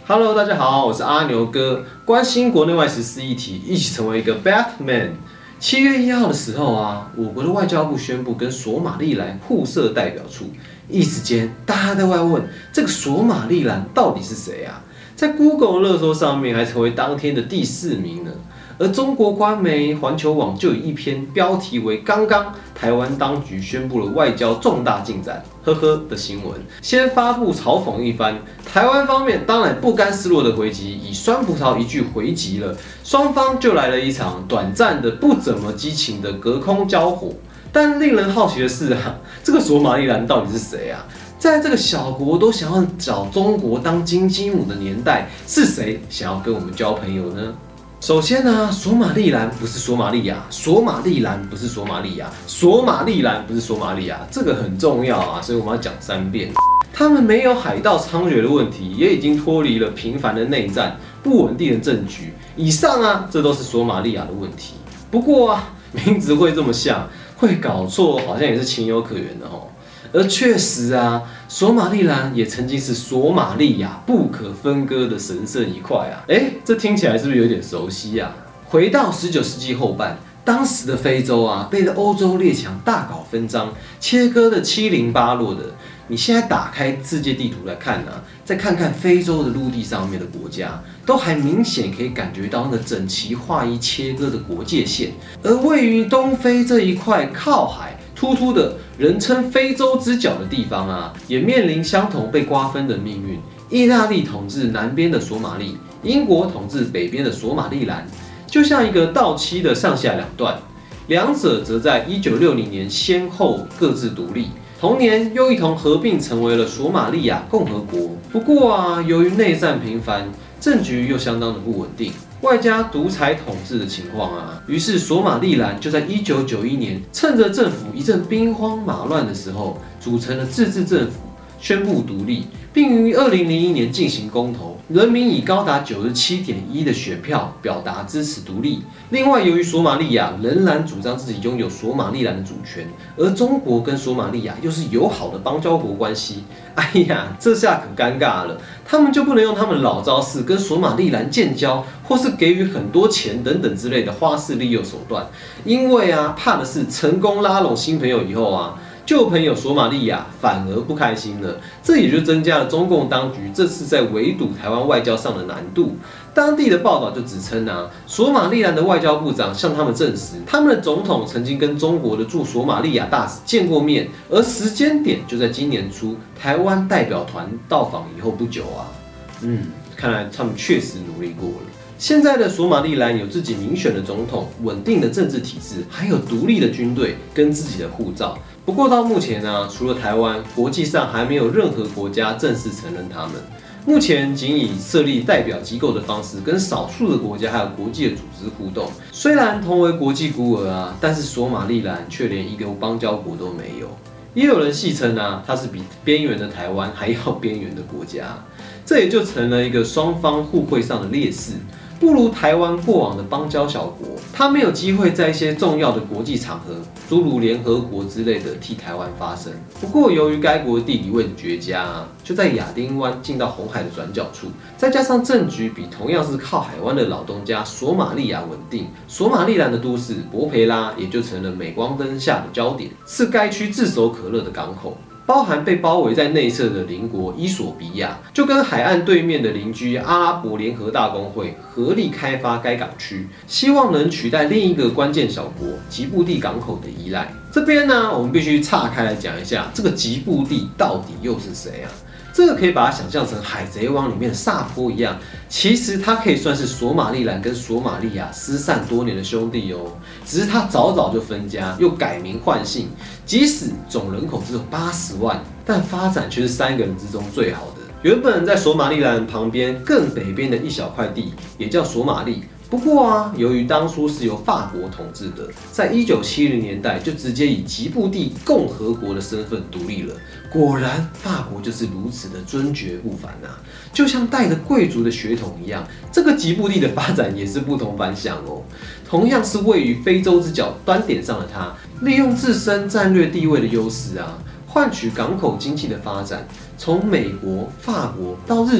Hello， 大家好，我是阿牛哥，关心国内外时事议题，一起成为一个 Batman。7月1号的时候啊，我国的外交部宣布跟索马利兰互设代表处，一时间大家在外问这个索马利兰到底是谁啊？在 Google 热搜上面还成为当天的第4名呢。而中国官媒环球网就有一篇标题为"刚刚台湾当局宣布了外交重大进展"的新闻，先发布嘲讽一番。台湾方面当然不甘示弱的回击，以酸葡萄一句回击了，双方就来了一场短暂的不怎么激情的隔空交火。但令人好奇的是啊，这个索马利兰到底是谁啊？在这个小国都想要找中国当金鸡母的年代，是谁想要跟我们交朋友呢？首先呢，索马利兰不是索马利亚，索马利兰不是索马利亚，索马利兰不是索马利亚，这个很重要啊，所以我们要讲3遍。他们没有海盗猖獗的问题，也已经脱离了频繁的内战、不稳定的政局。以上啊，这都是索马利亚的问题。不过啊，名字会这么像，会搞错，好像也是情有可原的哦。而确实啊，索马利兰也曾经是索马利亚不可分割的神圣一块啊！这听起来是不是有点熟悉啊？回到19世纪后半，当时的非洲啊，被欧洲列强大搞分赃，切割的七零八落的。你现在打开世界地图来看啊，再看看非洲的陆地上面的国家，都还明显可以感觉到那整齐划一切割的国界线。而位于东非这一块靠海、突突的人称非洲之角的地方啊，也面临相同被瓜分的命运。意大利统治南边的索马利，英国统治北边的索马利兰，就像一个倒漆的上下两段，两者则在1960年先后各自独立。同年又一同合并成为了索马利亚共和国。不过啊，由于内战频繁，政局又相当的不稳定，外加独裁统治的情况啊，于是索马利兰就在1991年，趁着政府一阵兵荒马乱的时候，组成了自治政府，宣布独立，并于2001年进行公投，人民以高达97.1%的选票表达支持独立。另外，由于索马利亚仍然主张自己拥有索马利兰的主权，而中国跟索马利亚又是友好的邦交国关系，这下可尴尬了。他们就不能用他们老招式跟索马利兰建交，或是给予很多钱等等之类的花式利诱手段，因为啊，怕的是成功拉拢新朋友以后啊，旧朋友索马利亚反而不开心了，这也就增加了中共当局这次在围堵台湾外交上的难度。当地的报道就指称啊，索马利兰的外交部长向他们证实，他们的总统曾经跟中国的驻索马利亚大使见过面，而时间点就在今年初台湾代表团到访以后不久啊。看来他们确实努力过了。现在的索马利兰有自己民选的总统、稳定的政治体制，还有独立的军队跟自己的护照。不过到目前呢，除了台湾，国际上还没有任何国家正式承认他们。目前仅以设立代表机构的方式，跟少数的国家还有国际的组织互动。虽然同为国际孤儿啊，但是索马利兰却连一个邦交国都没有。也有人戏称啊，它是比边缘的台湾还要边缘的国家，这也就成了一个双方互惠上的劣势。不如台湾过往的邦交小国，它没有机会在一些重要的国际场合，诸如联合国之类的替台湾发声。不过，由于该国的地理位置绝佳啊，就在亚丁湾进到红海的转角处，再加上政局比同样是靠海湾的老东家索马利亚稳定，索马利兰的都市博培拉也就成了镁光灯下的焦点，是该区炙手可热的港口。包含被包围在内侧的邻国伊索比亚，就跟海岸对面的邻居阿拉伯联合大公会合力开发该港区，希望能取代另一个关键小国吉布地港口的依赖。这边呢，我们必须岔开来讲一下，这个吉布地到底又是谁啊？这个可以把它想象成《海贼王》里面的萨坡一样，其实它可以算是索马利兰跟索马利亚失散多年的兄弟哦。只是它早早就分家，又改名换姓，即使总人口只有80万，但发展却是3个人之中最好的。原本在索马利兰旁边更北边的一小块地，也叫索马利。不过啊，由于当初是由法国统治的，在1970年代就直接以吉布地共和国的身份独立了。果然，法国就是如此的尊爵不凡啊！就像带着贵族的血统一样，这个吉布地的发展也是不同凡响哦。同样是位于非洲之角端点上的它，利用自身战略地位的优势啊，换取港口经济的发展。从美国、法国到日本，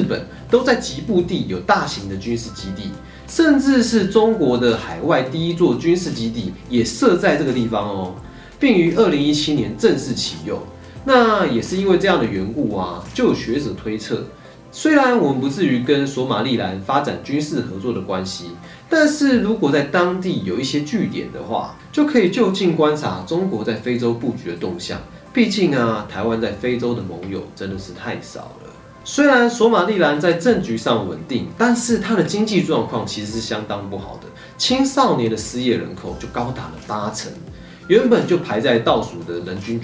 都在吉布地有大型的军事基地，甚至是中国的海外第一座军事基地也设在这个地方哦，并于2017年正式启用。那也是因为这样的缘故啊，就有学者推测，虽然我们不至于跟索马利兰发展军事合作的关系，但是如果在当地有一些据点的话，就可以就近观察中国在非洲布局的动向。毕竟啊，台湾在非洲的盟友真的是太少了。虽然索马利兰在政局上稳定，但是它的经济状况其实是相当不好的，青少年的失业人口就高达了80%。原本就排在倒数的人均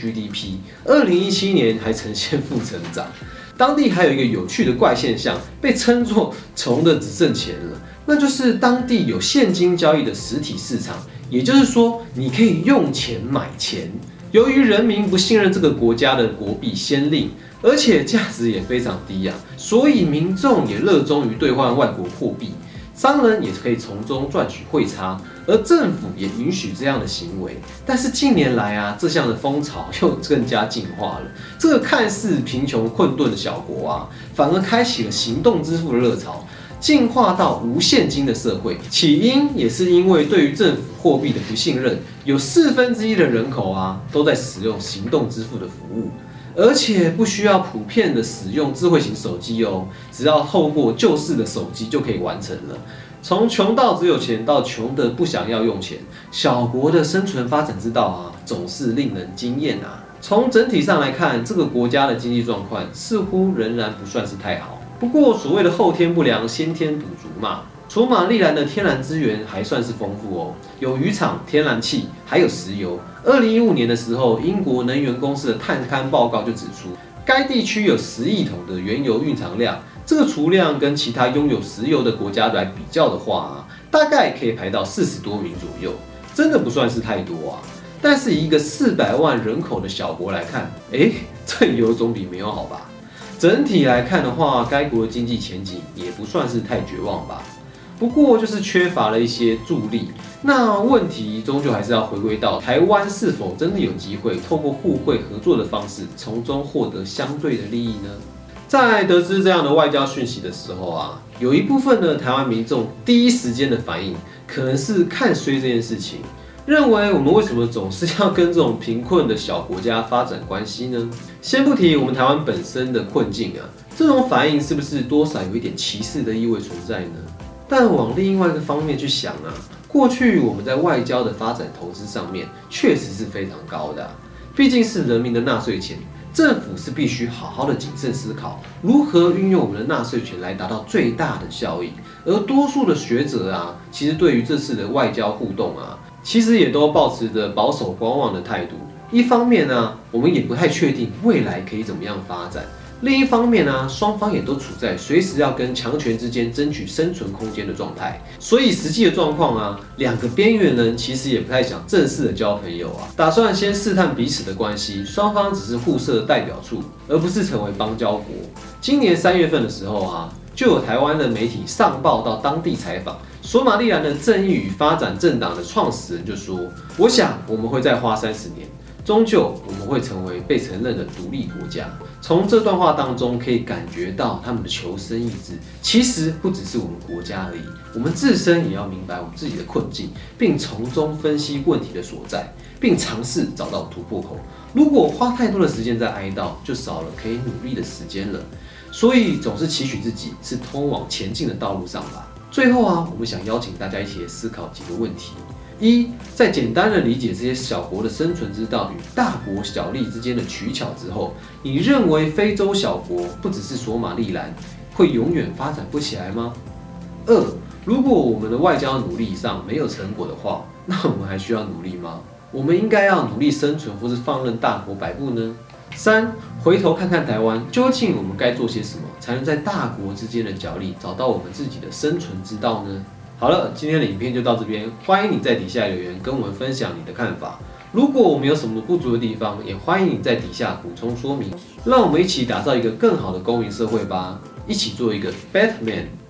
GDP，2017年还呈现负成长。当地还有一个有趣的怪现象，被称作穷的只剩钱了，那就是当地有现金交易的实体市场，也就是说，你可以用钱买钱。由于人民不信任这个国家的国币先令，而且价值也非常低啊，所以民众也热衷于兑换外国货币。商人也可以从中赚取汇差，而政府也允许这样的行为。但是近年来啊，这项的风潮又更加进化了。这个看似贫穷困顿的小国啊，反而开启了行动支付的热潮，进化到无现金的社会。起因也是因为对于政府货币的不信任，有1/4的人口啊都在使用行动支付的服务。而且不需要普遍的使用智慧型手机哦，只要透过旧式的手机就可以完成了。从穷到只有钱到穷的不想要用钱，小国的生存发展之道啊，总是令人惊艳啊。从整体上来看，这个国家的经济状况似乎仍然不算是太好。不过所谓的后天不良，先天补足嘛。索马利兰的天然资源还算是丰富哦，有渔场、天然气，还有石油。2015年的时候，英国能源公司的探勘报告就指出，该地区有10亿桶的原油蕴藏量。这个储量跟其他拥有石油的国家来比较的话啊，大概可以排到40多名左右，真的不算是太多啊。但是以一个400万人口的小国来看，这有总比没有好吧？整体来看的话，该国的经济前景也不算是太绝望吧。不过就是缺乏了一些助力，那问题终究还是要回归到台湾是否真的有机会透过互惠合作的方式，从中获得相对的利益呢？在得知这样的外交讯息的时候啊，有一部分的台湾民众第一时间的反应，可能是看衰这件事情，认为我们为什么总是要跟这种贫困的小国家发展关系呢？先不提我们台湾本身的困境啊，这种反应是不是多少有一点歧视的意味存在呢？但往另外一个方面去想啊，过去我们在外交的发展投资上面确实是非常高的毕竟是人民的纳税钱，政府是必须好好的谨慎思考如何运用我们的纳税权来达到最大的效益。而多数的学者啊，其实对于这次的外交互动啊，其实也都抱持着保守观望的态度。一方面呢，我们也不太确定未来可以怎么样发展。另一方面呢，双方也都处在随时要跟强权之间争取生存空间的状态，所以实际的状况啊，两个边缘人其实也不太想正式的交朋友啊，打算先试探彼此的关系，双方只是互设代表处，而不是成为邦交国。今年3月份的时候啊，就有台湾的媒体上报到当地采访，索马利兰的正义与发展政党的创始人就说：“我想我们会再花30年。”终究我们会成为被承认的独立国家。从这段话当中可以感觉到他们的求生意志，其实不只是我们国家而已，我们自身也要明白我们自己的困境，并从中分析问题的所在，并尝试找到突破口。如果花太多的时间在哀悼，就少了可以努力的时间了。所以总是期许自己是通往前进的道路上吧。最后啊，我们想邀请大家一起来思考几个问题。一，在简单的理解这些小国的生存之道与大国小利之间的取巧之后，你认为非洲小国不只是索马利兰会永远发展不起来吗？二，如果我们的外交努力上没有成果的话，那我们还需要努力吗？我们应该要努力生存，或是放任大国摆布呢？三，回头看看台湾，究竟我们该做些什么，才能在大国之间的角力找到我们自己的生存之道呢？好了，今天的影片就到这边，欢迎你在底下留言跟我们分享你的看法。如果我们有什么不足的地方，也欢迎你在底下补充说明，让我们一起打造一个更好的公民社会吧，一起做一个 Batman。